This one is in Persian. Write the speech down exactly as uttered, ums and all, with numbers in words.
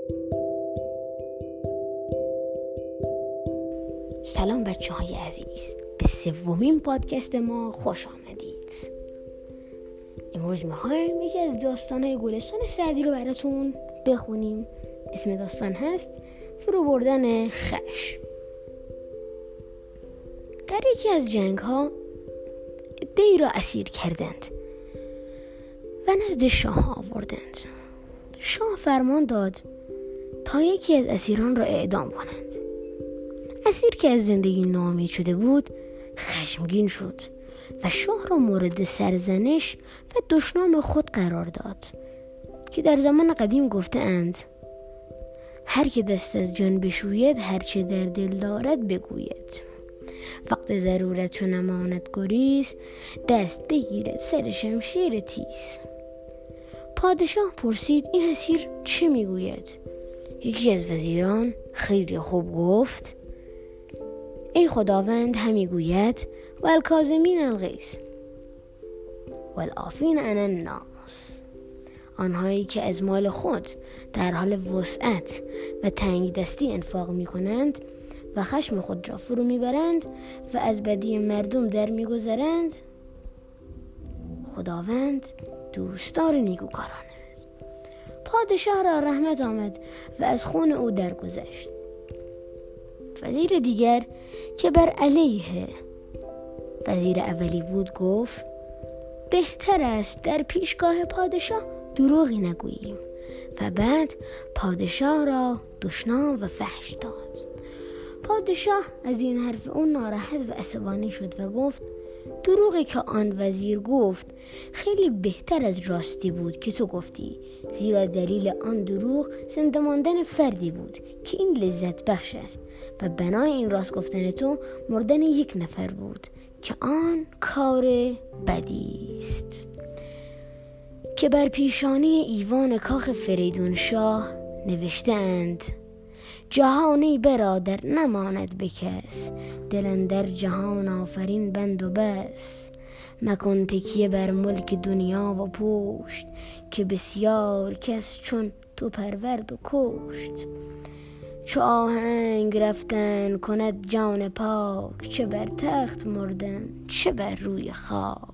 سلام بچه های عزیز، به سومین پادکست ما خوش آمدید. امروز میخوایم یکی از داستانهای گلستان سعدی رو براتون بخونیم. اسم داستان هست فرو بردن خش. در یکی از جنگ ها عده‌ای را اسیر کردند و نزد شاه آوردند. شاه فرمان داد تا یکی از اسیران را اعدام کنند. اسیر که از زندگی ناامید شده بود خشمگین شد و شاه را مورد سرزنش و دشنام خود قرار داد که در زمان قدیم گفته اند هر که دست از جان بشوید هرچه در دل دارد بگوید، وقت ضرورت چو نماند گریز دست بگیرد سر شمشیر تیز. پادشاه پرسید این اسیر چه میگوید؟ یکی از وزیران خیلی خوب گفت ای خداوند همی گوید والکاظمین الغیظ والعافین عن الناس، آنهایی که از مال خود در حال وسعت و تنگ دستی انفاق می کنند و خشم خود را فرو می برند و از بدی مردم در می گذرند، خداوند دوستدار نیکوکاران است. پادشاه را رحمت آمد و از خون او درگذشت. وزیر دیگر که بر علیه وزیر اولی بود گفت بهتر است در پیشگاه پادشاه دروغی نگوییم و بعد پادشاه را دشنام و فحش داد. پادشاه از این حرف اون ناراحت و عصبانی شد و گفت دروغی که آن وزیر گفت خیلی بهتر از راستی بود که تو گفتی، زیرا دلیل آن دروغ زنده ماندن فردی بود که این لذت بخش است و بنای این راست گفتن تو مردن یک نفر بود که آن کار بدی است. که بر پیشانی ایوان کاخ فریدون شاه نوشته اند جهانی برادر نماند به کس، دل اندر جهان آفرین بند و بس. مکن تکیه بر ملک دنیا و پشت، که بسیار کس چون تو پرورد و کشت. چو آهنگ رفتن کند جان پاک، چه بر تخت مردن چه بر روی خاک.